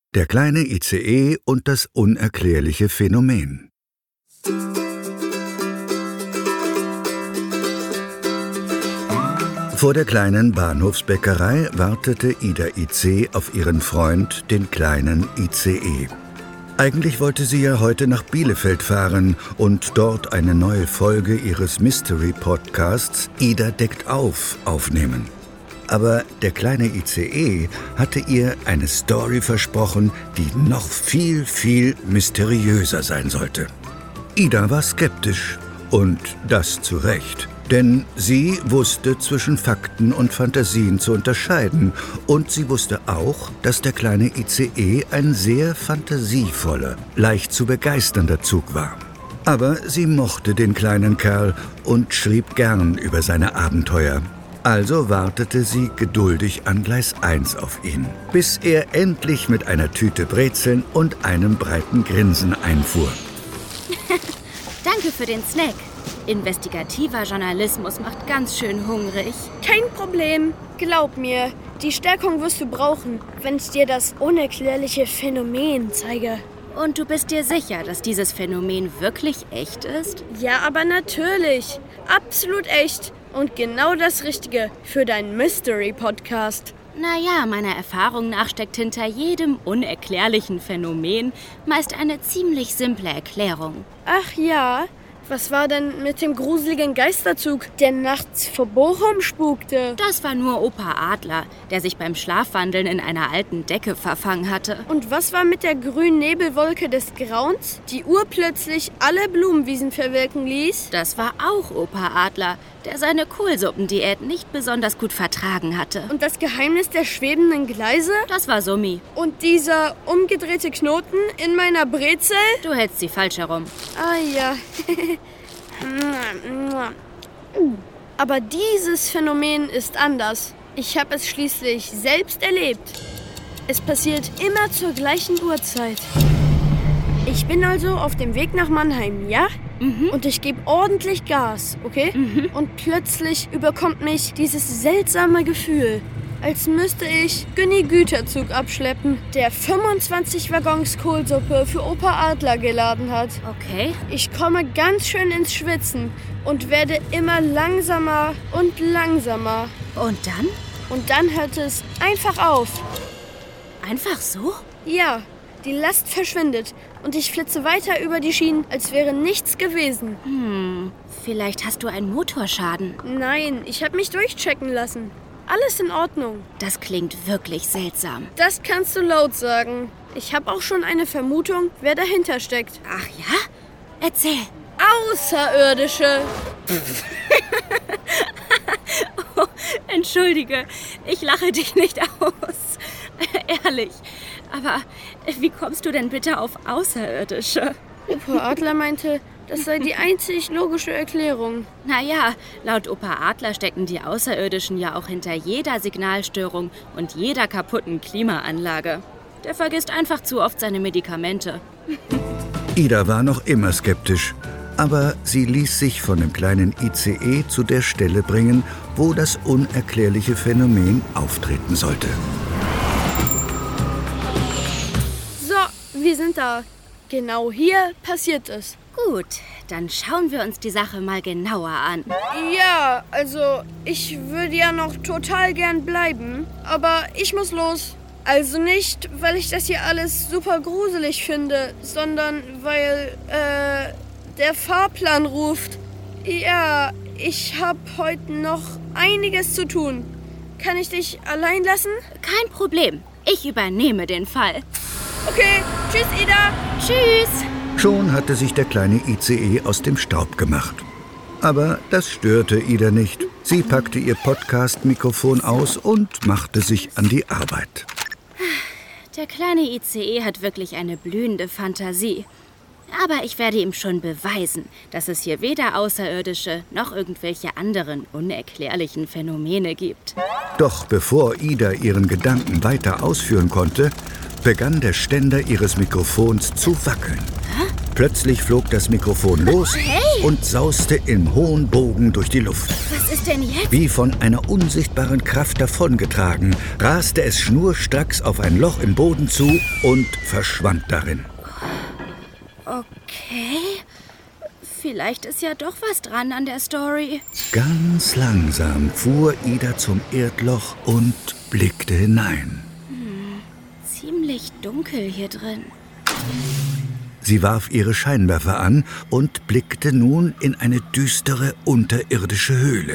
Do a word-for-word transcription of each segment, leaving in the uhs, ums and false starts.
Der kleine I C E und das unerklärliche Phänomen. Vor der kleinen Bahnhofsbäckerei wartete Ida I C auf ihren Freund, den kleinen I C E. Eigentlich wollte sie ja heute nach Bielefeld fahren und dort eine neue Folge ihres Mystery-Podcasts Ida deckt auf aufnehmen. Aber der kleine I C E hatte ihr eine Story versprochen, die noch viel, viel mysteriöser sein sollte. Ida war skeptisch und das zu Recht. Denn sie wusste zwischen Fakten und Fantasien zu unterscheiden und sie wusste auch, dass der kleine I C E ein sehr fantasievoller, leicht zu begeisternder Zug war. Aber sie mochte den kleinen Kerl und schrieb gern über seine Abenteuer. Also wartete sie geduldig an Gleis eins auf ihn, bis er endlich mit einer Tüte Brezeln und einem breiten Grinsen einfuhr. Danke für den Snack. Investigativer Journalismus macht ganz schön hungrig. Kein Problem. Glaub mir, die Stärkung wirst du brauchen, wenn ich dir das unerklärliche Phänomen zeige. Und du bist dir sicher, dass dieses Phänomen wirklich echt ist? Ja, aber natürlich. Absolut echt. Und genau das Richtige für deinen Mystery-Podcast. Naja, meiner Erfahrung nach steckt hinter jedem unerklärlichen Phänomen meist eine ziemlich simple Erklärung. Ach ja? Was war denn mit dem gruseligen Geisterzug, der nachts vor Bochum spukte? Das war nur Opa Adler, der sich beim Schlafwandeln in einer alten Decke verfangen hatte. Und was war mit der grünen Nebelwolke des Grauens, die urplötzlich alle Blumenwiesen verwelken ließ? Das war auch Opa Adler, der seine Kohlsuppendiät nicht besonders gut vertragen hatte. Und das Geheimnis der schwebenden Gleise? Das war Summi. Und dieser umgedrehte Knoten in meiner Brezel? Du hältst sie falsch herum. Ah ja. Aber dieses Phänomen ist anders. Ich habe es schließlich selbst erlebt. Es passiert immer zur gleichen Uhrzeit. Ich bin also auf dem Weg nach Mannheim, ja? Mhm. Und ich gebe ordentlich Gas, okay? Mhm. Und plötzlich überkommt mich dieses seltsame Gefühl, als müsste ich Günni Güterzug abschleppen, der fünfundzwanzig Waggons Kohlsuppe für Opa Adler geladen hat. Okay. Ich komme ganz schön ins Schwitzen und werde immer langsamer und langsamer. Und dann? Und dann hört es einfach auf. Einfach so? Ja, die Last verschwindet und ich flitze weiter über die Schienen, als wäre nichts gewesen. Hm, vielleicht hast du einen Motorschaden. Nein, ich habe mich durchchecken lassen. Alles in Ordnung. Das klingt wirklich seltsam. Das kannst du laut sagen. Ich habe auch schon eine Vermutung, wer dahinter steckt. Ach ja? Erzähl. Außerirdische. Oh, entschuldige, ich lache dich nicht aus. Ehrlich. Aber wie kommst du denn bitte auf Außerirdische? Opa Adler meinte, das sei die einzig logische Erklärung. Naja, laut Opa Adler stecken die Außerirdischen ja auch hinter jeder Signalstörung und jeder kaputten Klimaanlage. Der vergisst einfach zu oft seine Medikamente. Ida war noch immer skeptisch, aber sie ließ sich von dem kleinen I C E zu der Stelle bringen, wo das unerklärliche Phänomen auftreten sollte. So, wir sind da. Genau hier passiert es. Gut, dann schauen wir uns die Sache mal genauer an. Ja, also ich würde ja noch total gern bleiben, aber ich muss los. Also nicht, weil ich das hier alles super gruselig finde, sondern weil, äh, der Fahrplan ruft. Ja, ich habe heute noch einiges zu tun. Kann ich dich allein lassen? Kein Problem, ich übernehme den Fall. Okay, tschüss Ida. Tschüss. Schon hatte sich der kleine I C E aus dem Staub gemacht. Aber das störte Ida nicht. Sie packte ihr Podcast-Mikrofon aus und machte sich an die Arbeit. Der kleine I C E hat wirklich eine blühende Fantasie. Aber ich werde ihm schon beweisen, dass es hier weder Außerirdische noch irgendwelche anderen unerklärlichen Phänomene gibt. Doch bevor Ida ihren Gedanken weiter ausführen konnte, begann der Ständer ihres Mikrofons zu wackeln. Hä? Plötzlich flog das Mikrofon los Hey! und sauste im hohen Bogen durch die Luft. Was ist denn jetzt? Wie von einer unsichtbaren Kraft davongetragen, raste es schnurstracks auf ein Loch im Boden zu und verschwand darin. Okay. Vielleicht ist ja doch was dran an der Story. Ganz langsam fuhr Ida zum Erdloch und blickte hinein. Hm, ziemlich dunkel hier drin. Sie warf ihre Scheinwerfer an und blickte nun in eine düstere unterirdische Höhle.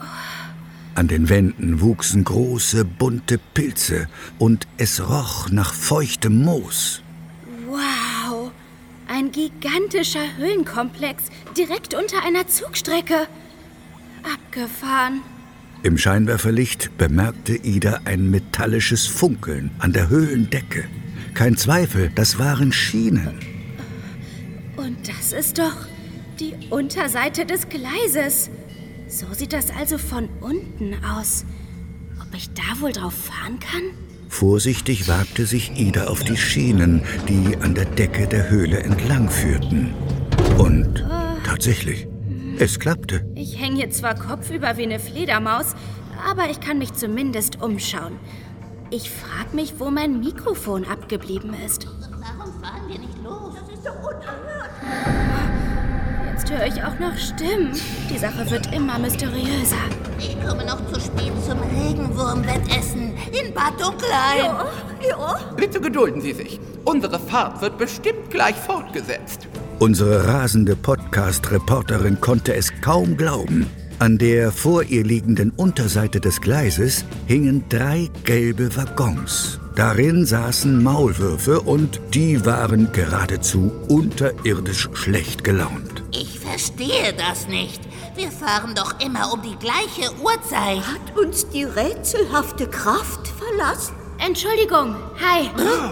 An den Wänden wuchsen große, bunte Pilze und es roch nach feuchtem Moos. Wow, ein gigantischer Höhlenkomplex direkt unter einer Zugstrecke. Abgefahren. Im Scheinwerferlicht bemerkte Ida ein metallisches Funkeln an der Höhlendecke. Kein Zweifel, das waren Schienen. Und das ist doch die Unterseite des Gleises. So sieht das also von unten aus. Ob ich da wohl drauf fahren kann? Vorsichtig wagte sich Ida auf die Schienen, die an der Decke der Höhle entlang führten. Und oh. tatsächlich, es klappte. Ich hänge hier zwar kopfüber wie eine Fledermaus, aber ich kann mich zumindest umschauen. Ich frage mich, wo mein Mikrofon abgeblieben ist. Warum fahren wir nicht los? Das ist doch unerhört. Jetzt höre ich auch noch Stimmen. Die Sache wird immer mysteriöser. Ich komme noch zu spät zum Regenwurmwettessen in Bad Dunkelheim. Ja, ja. Bitte gedulden Sie sich. Unsere Fahrt wird bestimmt gleich fortgesetzt. Unsere rasende Podcast-Reporterin konnte es kaum glauben. An der vor ihr liegenden Unterseite des Gleises hingen drei gelbe Waggons. Darin saßen Maulwürfe und die waren geradezu unterirdisch schlecht gelaunt. Ich verstehe das nicht. Wir fahren doch immer um die gleiche Uhrzeit. Hat uns die rätselhafte Kraft verlassen? Entschuldigung, hi.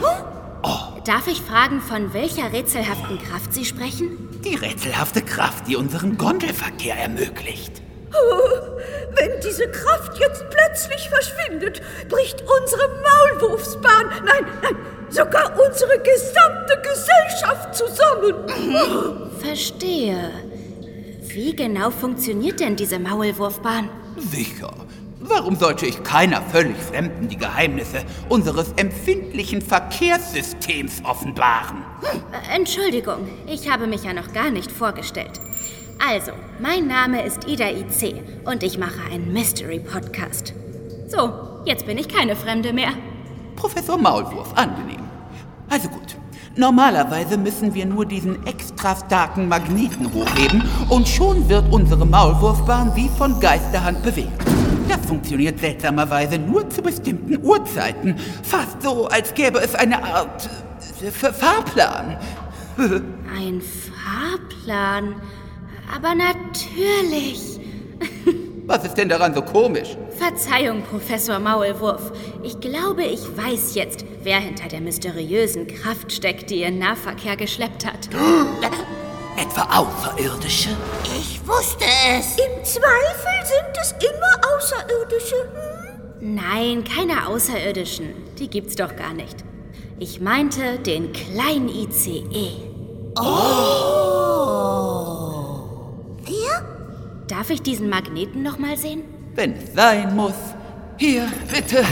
Darf ich fragen, von welcher rätselhaften Kraft Sie sprechen? Die rätselhafte Kraft, die unseren Gondelverkehr ermöglicht. Wenn diese Kraft jetzt plötzlich verschwindet, bricht unsere Maulwurfsbahn, nein, nein, sogar unsere gesamte Gesellschaft zusammen. Verstehe. Wie genau funktioniert denn diese Maulwurfbahn? Sicher. Warum sollte ich keiner völlig Fremden die Geheimnisse unseres empfindlichen Verkehrssystems offenbaren? Äh, Entschuldigung, ich habe mich ja noch gar nicht vorgestellt. Also, mein Name ist Ida I C und ich mache einen Mystery-Podcast. So, jetzt bin ich keine Fremde mehr. Professor Maulwurf, angenehm. Also gut, normalerweise müssen wir nur diesen extra starken Magneten hochheben und schon wird unsere Maulwurfbahn wie von Geisterhand bewegt. Das funktioniert seltsamerweise nur zu bestimmten Uhrzeiten. Fast so, als gäbe es eine Art äh, Fahrplan. Ein Fahrplan? Aber natürlich. Was ist denn daran so komisch? Verzeihung, Professor Maulwurf. Ich glaube, ich weiß jetzt, wer hinter der mysteriösen Kraft steckt, die Ihren Nahverkehr geschleppt hat. Etwa Außerirdische? Ich wusste es. Im Zweifel sind es immer Außerirdische. Hm? Nein, keine Außerirdischen. Die gibt's doch gar nicht. Ich meinte den kleinen I C E. Oh. Wer? Darf ich diesen Magneten noch mal sehen? Wenn es sein muss. Hier, bitte.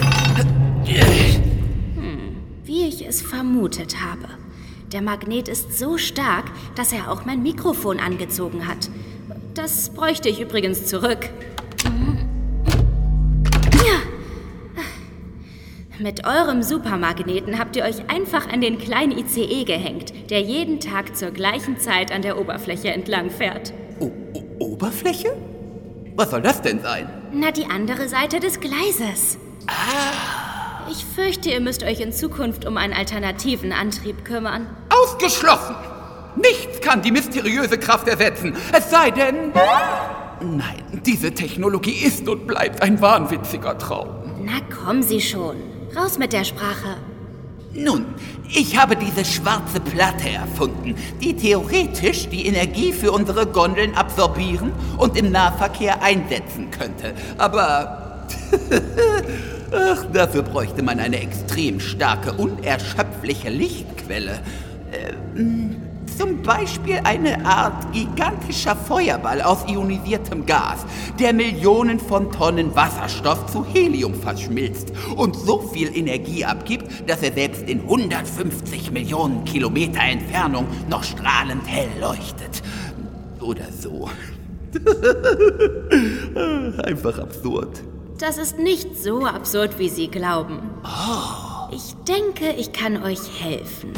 Hm, wie ich es vermutet habe. Der Magnet ist so stark, dass er auch mein Mikrofon angezogen hat. Das bräuchte ich übrigens zurück. Ja. Mit eurem Supermagneten habt ihr euch einfach an den kleinen I C E gehängt, der jeden Tag zur gleichen Zeit an der Oberfläche entlang fährt. O o Oberfläche? Was soll das denn sein? Na, die andere Seite des Gleises. Ah. Ich fürchte, ihr müsst euch in Zukunft um einen alternativen Antrieb kümmern. Ausgeschlossen! Nichts kann die mysteriöse Kraft ersetzen, es sei denn... Nein, diese Technologie ist und bleibt ein wahnwitziger Traum. Na, kommen Sie schon. Raus mit der Sprache. Nun, ich habe diese schwarze Platte erfunden, die theoretisch die Energie für unsere Gondeln absorbieren und im Nahverkehr einsetzen könnte. Aber... Ach, dafür bräuchte man eine extrem starke, unerschöpfliche Lichtquelle. Äh, Zum Beispiel eine Art gigantischer Feuerball aus ionisiertem Gas, der Millionen von Tonnen Wasserstoff zu Helium verschmilzt und so viel Energie abgibt, dass er selbst in hundertfünfzig Millionen Kilometer Entfernung noch strahlend hell leuchtet. Oder so. Einfach absurd. Das ist nicht so absurd, wie Sie glauben. Oh. Ich denke, ich kann euch helfen.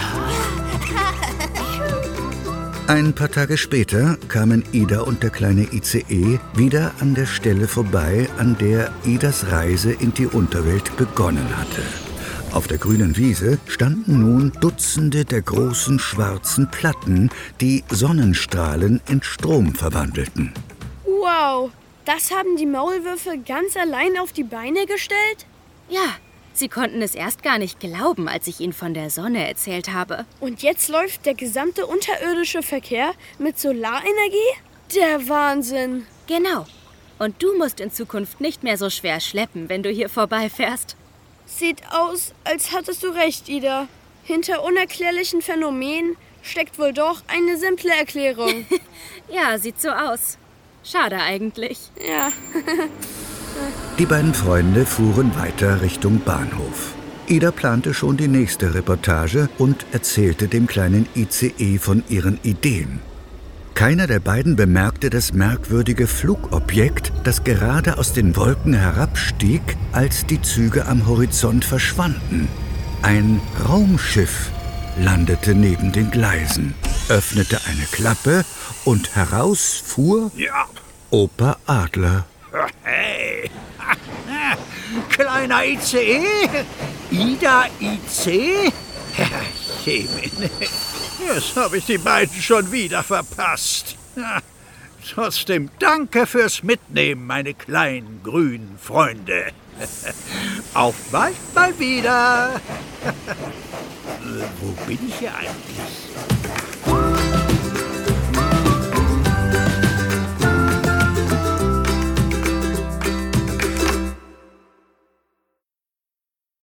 Ein paar Tage später kamen Ida und der kleine I C E wieder an der Stelle vorbei, an der Idas Reise in die Unterwelt begonnen hatte. Auf der grünen Wiese standen nun Dutzende der großen schwarzen Platten, die Sonnenstrahlen in Strom verwandelten. Wow, das haben die Maulwürfe ganz allein auf die Beine gestellt? Ja, sie konnten es erst gar nicht glauben, als ich ihnen von der Sonne erzählt habe. Und jetzt läuft der gesamte unterirdische Verkehr mit Solarenergie? Der Wahnsinn! Genau. Und du musst in Zukunft nicht mehr so schwer schleppen, wenn du hier vorbeifährst. Sieht aus, als hattest du recht, Ida. Hinter unerklärlichen Phänomenen steckt wohl doch eine simple Erklärung. Ja, sieht so aus. Schade eigentlich. Ja. Die beiden Freunde fuhren weiter Richtung Bahnhof. Ida plante schon die nächste Reportage und erzählte dem kleinen I C E von ihren Ideen. Keiner der beiden bemerkte das merkwürdige Flugobjekt, das gerade aus den Wolken herabstieg, als die Züge am Horizont verschwanden. Ein Raumschiff landete neben den Gleisen, öffnete eine Klappe und heraus fuhr ja. Opa Adler. Hey, kleiner I C E, Ida I C, Herr Chemin. Jetzt habe ich die beiden schon wieder verpasst. Ja, trotzdem danke fürs Mitnehmen, meine kleinen grünen Freunde. Auf bald mal wieder. Wo bin ich hier eigentlich?